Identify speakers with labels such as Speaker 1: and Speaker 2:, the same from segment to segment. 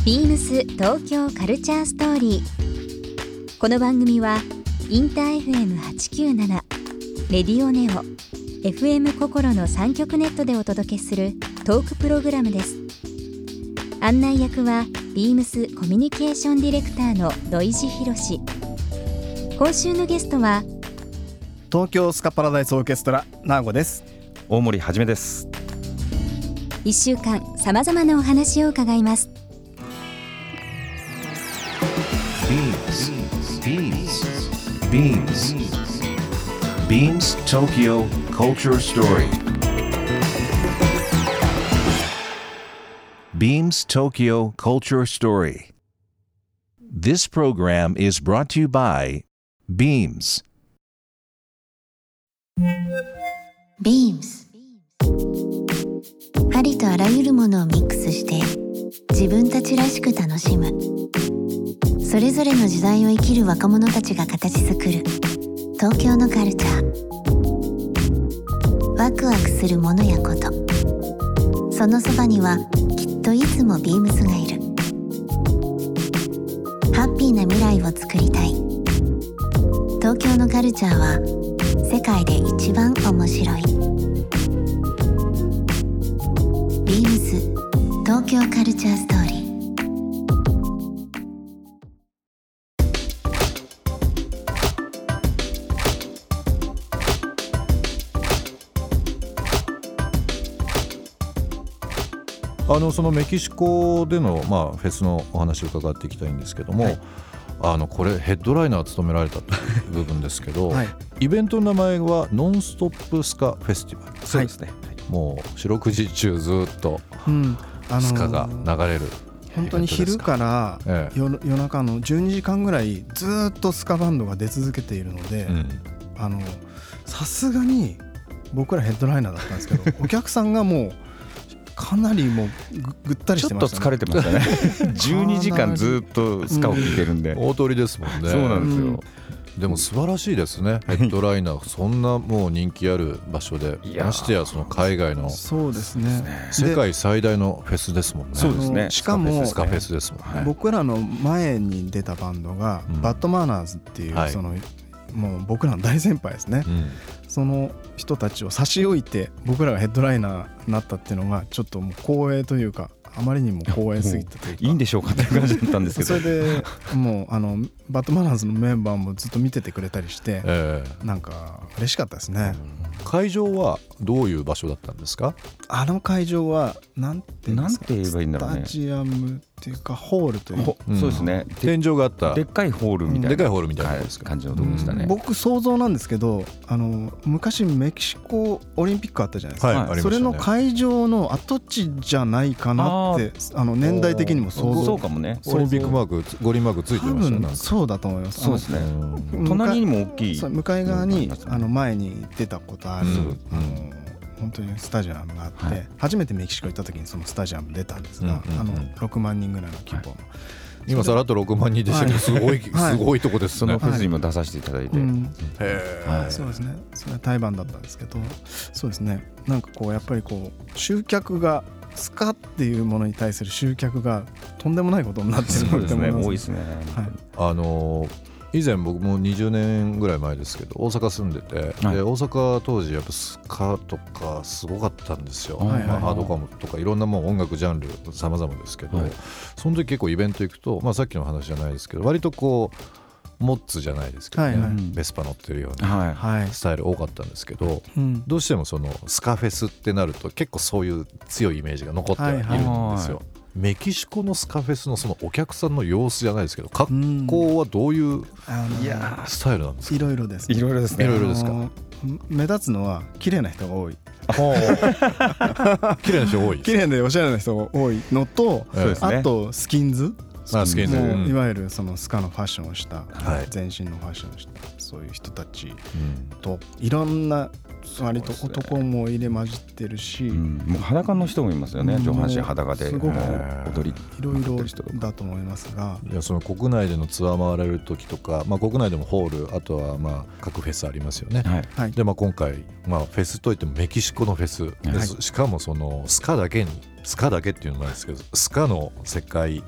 Speaker 1: ビームス東京カルチャーストーリー。この番組はインター FM897 レディオネオ FM 心の3極ネットでお届けするトークプログラムです。案内役はビームスコミュニケーションディレクターの土井博志。今週のゲストは
Speaker 2: 東京スカパラダイスオーケストラナーゴです。
Speaker 3: 大森はじめです。
Speaker 1: 1週間さまざまなお話を伺います。
Speaker 4: Beams Tokyo Culture Story. Beams Tokyo Culture Story. This program is brought to you by Beams.
Speaker 5: Beams ありとあらゆるものをミックスして自分たちらしく楽しむ、それぞれの時代を生きる若者たちが形作る東京のカルチャー。ワクワクするものやこと、そのそばにはきっといつもビームスがいる。ハッピーな未来をつくりたい。東京のカルチャーは世界で一番面白い。ビームス東京カルチャーストーリー。
Speaker 6: そのメキシコでの、フェスのお話を伺っていきたいんですけども、はい、これヘッドライナーを務められたという部分ですけど、はい、イベントの名前はノンストップスカフェスティバル。
Speaker 3: そうですね、
Speaker 6: もう四六時中ずっとスカが流れる、
Speaker 2: 本当に昼から夜中の12時間ぐらいずっとスカバンドが出続けているので、さすがに僕らヘッドライナーだったんですけどお客さんがもうかなりもう ぐったりしてましたね。
Speaker 3: ちょっと疲れてましたね12時間ずっとスカを聴いてるんで、
Speaker 6: 大通りですもんね。
Speaker 3: そうなんですよ、
Speaker 6: でも素晴らしいですねヘッドライナーそんなもう人気ある場所で、ましてやその海外の、
Speaker 2: そうですね、
Speaker 6: 世界最大のフェスですもんね。
Speaker 3: そうですね、
Speaker 2: しかも
Speaker 6: スカフェスですもんね。
Speaker 2: 僕らの前に出たバンドが、バッドマナーズっていう、そのもう僕らの大先輩ですね、その人たちを差し置いて僕らがヘッドライナーになったっていうのがちょっともう光栄というか、あまりにも光栄すぎてというか
Speaker 3: いいんでしょうかっていう感じだったんですけど
Speaker 2: それでもうバッドマナーズのメンバーもずっと見ててくれたりして、なんか嬉しかったですね。
Speaker 6: 会場はどういう場所だったんですか？
Speaker 2: 会場はなんて言えばいいんだろうね、スタジアムっていうかホールというか、
Speaker 3: そうですね、
Speaker 6: 天井があった
Speaker 3: でっかいホールみたいな、
Speaker 6: でっかいホールみたいな
Speaker 3: 感じのところでしたね。
Speaker 2: 僕想像なんですけど、昔メキシコオリンピックあったじゃないですか、それの会場の跡地じゃないかなって、年代的にも想像。
Speaker 3: そうかもね、
Speaker 6: オリンピックマーク五輪マークついてましたね。
Speaker 2: 多分そうだと思います。
Speaker 3: そうですね、隣にも大きい
Speaker 2: 向かい側に前に出たことある、本当にスタジアムがあって、初めてメキシコ行った時にそのスタジアム出たんですが、6万人ぐらいの規模の、
Speaker 6: 今さらっと6万人でしたけど、すごいとこですね。
Speaker 3: そのフェスにも出させていただいて、
Speaker 2: そうですね、それは対バンだったんですけど、そうですね、なんかこうやっぱりこう集客がスカっていうものに対する集客がとんでもないことになってるので、
Speaker 3: 多いですね。
Speaker 6: 以前僕も20年ぐらい前ですけど大阪住んでて、で大阪当時やっぱスカとかすごかったんですよ、ハードカムとかいろんなもう音楽ジャンル様々ですけど、その時結構イベント行くと、さっきの話じゃないですけど割とこうモッツじゃないですけどね、ベスパ乗ってるようなスタイル多かったんですけど、どうしてもそのスカフェスってなると結構そういう強いイメージが残っているんですよ。メキシコのスカフェスのそのお客さんの様子じゃないですけど、格好はどういうスタイルなんですか？
Speaker 2: いろいろです。
Speaker 3: いろいろですね。
Speaker 6: いろいろですか？
Speaker 2: 目立つのは綺麗な人が多い。
Speaker 6: 綺麗な人多い。
Speaker 2: 綺麗でおしゃれな人が多いのと、あとスキンズ。いわゆるそのスカのファッションをした、全身のファッションをしたそういう人たちと、いろんな割と男も入れ混じってるし、
Speaker 3: もう裸の人もいますよね。上半身裸で踊り、
Speaker 2: いろいろだと思いますが、
Speaker 6: いや、その国内でのツアー回られる時とか、国内でもホール、あとは各フェスありますよね。で、今回、フェスといってもメキシコのフェスです。しかもそのスカだけっていうのもあるんですけど、スカの世界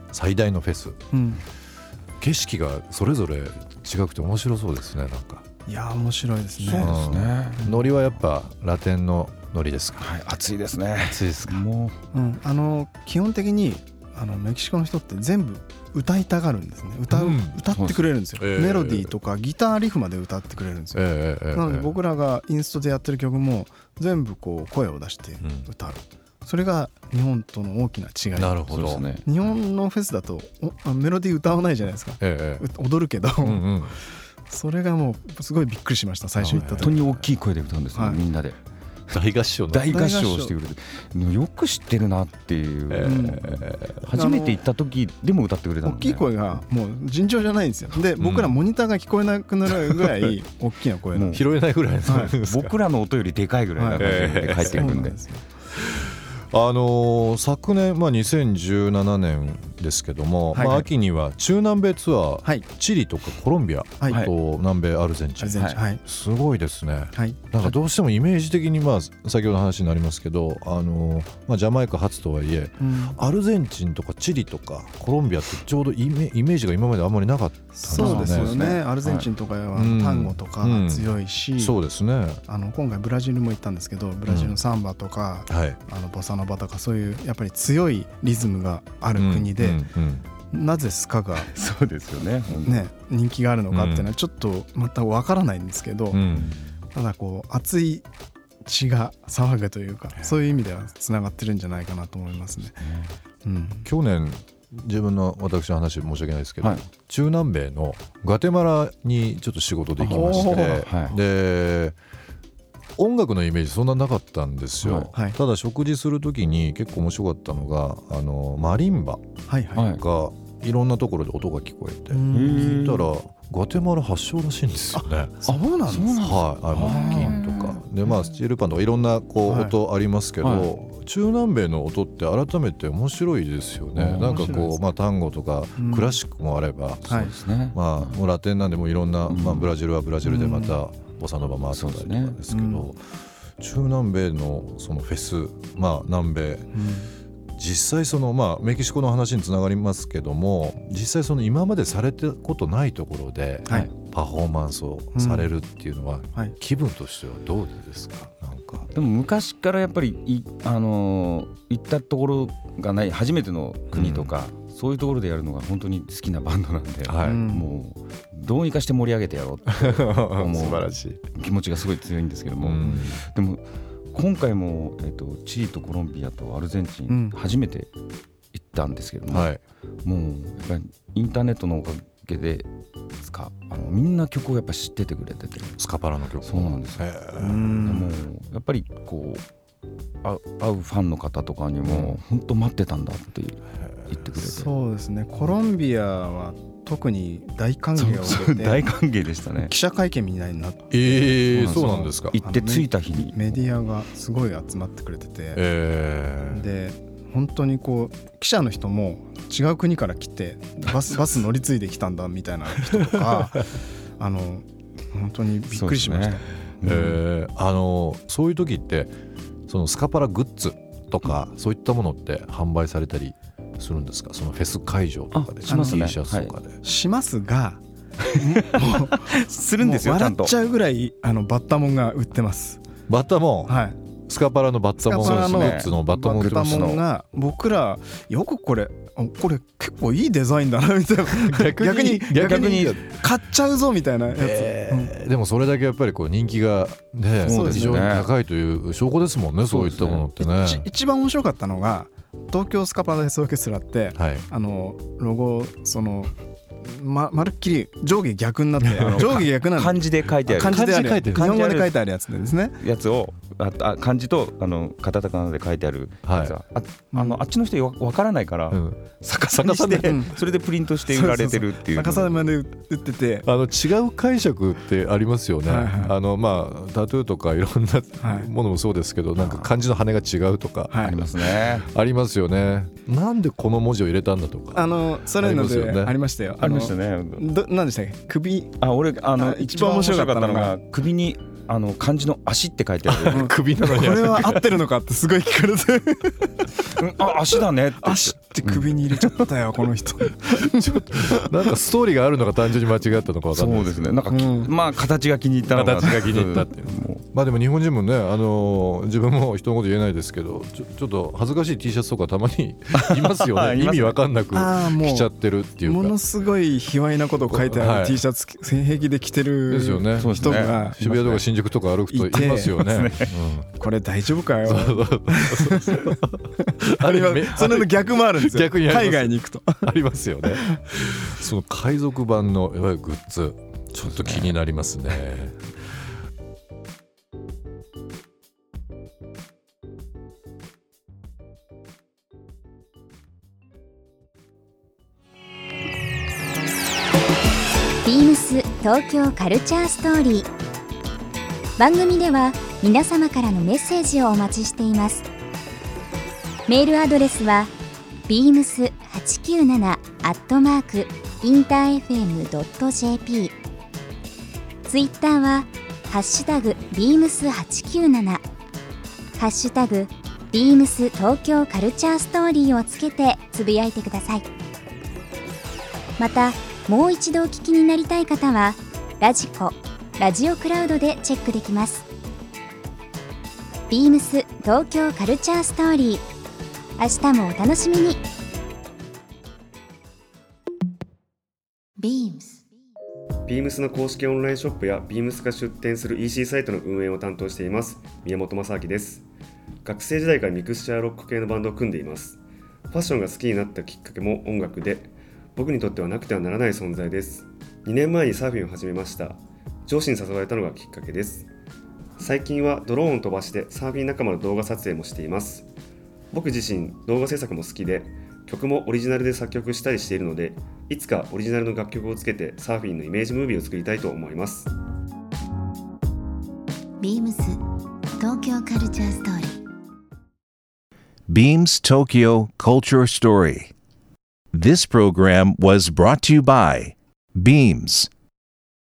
Speaker 6: 最大のフェス、景色がそれぞれ違くて面白そうですね。なんか
Speaker 2: いや面白いですね。
Speaker 3: そうですね。
Speaker 6: ノリはやっぱラテンのノリですか。
Speaker 3: はい、暑いですね。
Speaker 6: 暑いですか。
Speaker 3: も
Speaker 2: う、基本的にメキシコの人って全部歌いたがるんですね。歌ってくれるんですよ。メロディーとかギターリフまで歌ってくれるんですよ。なので僕らがインストでやってる曲も全部こう声を出して歌う、それが日本との大きな違い。
Speaker 6: なるほど、
Speaker 3: ね、
Speaker 2: 日本のフェスだとメロディー歌わないじゃないですか、踊るけど、それがもうすごいびっくりしました。最初言った時
Speaker 3: 本当に大きい声で歌うんですよ、みんなで
Speaker 6: 大合唱
Speaker 3: してくれる。よく知ってるなっていう、初めて行った時でも歌ってくれたので、
Speaker 2: 大きい声がもう尋常じゃないんですよ。で僕らモニターが聞こえなくなるぐらい大きな声
Speaker 6: 拾えないぐらいです、
Speaker 3: 僕らの音よりでかいぐらいな感じで帰ってくるんで、
Speaker 6: 昨年、2017年ですけども、秋には中南米ツアー、チリとかコロンビアと南米アルゼンチン、すごいですね。なんかどうしてもイメージ的に、先ほどの話になりますけど、ジャマイカ発とはいえ、アルゼンチンとかチリとかコロンビアってちょうどイメージが今まであんまりなかったんですよね。
Speaker 2: そうですよね。アルゼンチンとかは単語とかが強いし、
Speaker 6: そうですね。
Speaker 2: 今回ブラジルも行ったんですけど、ブラジルのサンバとか、ボサノバとか、そういうやっぱり強いリズムがある国で、なぜスカが
Speaker 3: そうですよね、
Speaker 2: 人気があるのかっていうのはちょっとまた分からないんですけど、ただこう熱い血が騒ぐというか、そういう意味ではつながってるんじゃないかなと思いますね。
Speaker 6: 去年自分の私の話申し訳ないですけど、中南米のガテマラにちょっと仕事で行きまして、で音楽のイメージそんななかったんですよ、ただ食事する時に結構面白かったのがマリンバがいろんなところで音が聞こえて、聞いたらガテマラ発祥らしいんですよね。
Speaker 2: そうなんですか。
Speaker 6: 木琴とかで、スチールパンとかいろんなこう音ありますけど、中南米の音って改めて面白いですよね。なんかこう、単語とかクラシックもあれば、もうラテンなんでもいろんな、ブラジルはブラジルでまたボサノバもあったりとかですけど、中南米のそのフェス、南米、実際メキシコの話につながりますけども、実際その今までされたことないところでパフォーマンスをされるっていうのは、気分としてはどうですか？なんか
Speaker 3: でも昔からやっぱり行ったところがない初めての国とか、そういうところでやるのが本当に好きなバンドなんで、もうどうにかして盛り上げてやろうって思う素晴らしい気持ちがすごい強いんですけども、でも今回も、チリとコロンビアとアルゼンチン初めて行ったんですけども、もうやっぱりインターネットのおかげでみんな曲をやっぱ知っててくれてて、
Speaker 6: スカパラの曲。
Speaker 3: そうなんですよ。でもやっぱりこう会うファンの方とかにも本当待ってたんだって言ってくれて、
Speaker 2: そうですね。コロンビアは特に大歓迎を受けて、
Speaker 3: 大歓迎でしたね。
Speaker 2: 記者会見みたいになって、
Speaker 6: そうなんですか。
Speaker 3: 行って着いた日に
Speaker 2: メディアがすごい集まってくれてて、で本当にこう記者の人も違う国から来てバス乗り継いできたんだみたいな人とか本当にびっくりしました。
Speaker 6: そういう時ってそのスカパラグッズとか、そういったものって販売されたりするんですか？そのフェス会場とかで、
Speaker 3: しますね。
Speaker 6: T シャツとかで、
Speaker 2: しますが
Speaker 3: するんですよ。
Speaker 2: 笑っちゃうぐらいバッタモンが売ってます。
Speaker 6: バッタモン、スカパラのバッタモングッズのバッタモン売ってます。
Speaker 2: が僕らよくこれ結構いいデザインだなみたいな逆に買っちゃうぞみたいなやつ、
Speaker 6: でもそれだけやっぱりこう人気が、非常に高いという証拠ですもんね。そういったものってね。
Speaker 2: 一番面白かったのが東京スカパラダイスオーケストラって、ロゴまるっきり上下逆になって上下逆なんで
Speaker 3: 漢字で書いてある、
Speaker 2: 日本語で書いてあるやつですね。
Speaker 3: やつを漢字とカタカナで書いてあるやつは、あっちの人分からないから逆さにしてそれでプリントして売られてるっていう。
Speaker 2: 逆さまで売ってて
Speaker 6: 違う解釈ってありますよね。タトゥーとかいろんなものもそうですけど、なんか漢字の羽が違うとか
Speaker 3: ありますね。
Speaker 6: ありますよね。なんでこの文字を入れたんだとか
Speaker 2: そういうのでありましたよ。
Speaker 3: ありましたね。
Speaker 2: 何でしたっけ？首。
Speaker 3: 俺一番面白かったのが首に漢字の足って書いてある
Speaker 6: 首なのに
Speaker 2: これは合ってるのかってすごい聞かれて
Speaker 3: 足だねって
Speaker 2: 足っって首に入れちゃったよ、この人
Speaker 6: なんかストーリーがあるのか単純に間違ったのか分かんないですね。
Speaker 3: なんか、まあ形が気に入ったのかな、
Speaker 6: 形が気に入ったっていうまあでも日本人もね、自分も人のこと言えないですけど、ちょっと恥ずかしい T シャツとかたまにいますよね意味分かんなく着ちゃってるっていうか、
Speaker 2: ものすごい卑猥なこと書いてある T シャツ平気で着てる人が
Speaker 6: 渋谷とか新宿とか歩くといますよね。
Speaker 2: これ大丈夫かよあれはそれの逆もあるんですよ。海外に行くと
Speaker 6: ありますよね。その海賊版のいわゆるグッズちょっと気になりますね。
Speaker 1: ビームス東京カルチャーストーリー。番組では皆様からのメッセージをお待ちしています。メールアドレスは beams897@interfm.jp、 ツイッターはハッシュタグ beams897、 ハッシュタグ beams 東京カルチャーストーリーをつけてつぶやいてください。またもう一度お聞きになりたい方はラジコ、ラジオクラウドでチェックできます。ビームス東京カルチャーストーリー、明日もお楽しみに。
Speaker 5: ビームス
Speaker 7: の公式オンラインショップやビームスが出店する EC サイトの運営を担当しています宮本正明です。学生時代からミクスチャーロック系のバンドを組んでいます。ファッションが好きになったきっかけも音楽で、僕にとってはなくてはならない存在です。2年前にサーフィンを始めました。上司に誘われたのがきっかけです。最近はドローンを飛ばしてサーフィン仲間の動画撮影もしています。僕自身動画制作も好きで、曲もオリジナルで作曲したりしているので、いつかオリジナルの楽曲をつけてサーフィンのイメージムービーを作りたいと思います。
Speaker 5: ビームス東京カルチャーストーリー。
Speaker 4: Beams Tokyo Culture Story. This program was brought to you by Beams.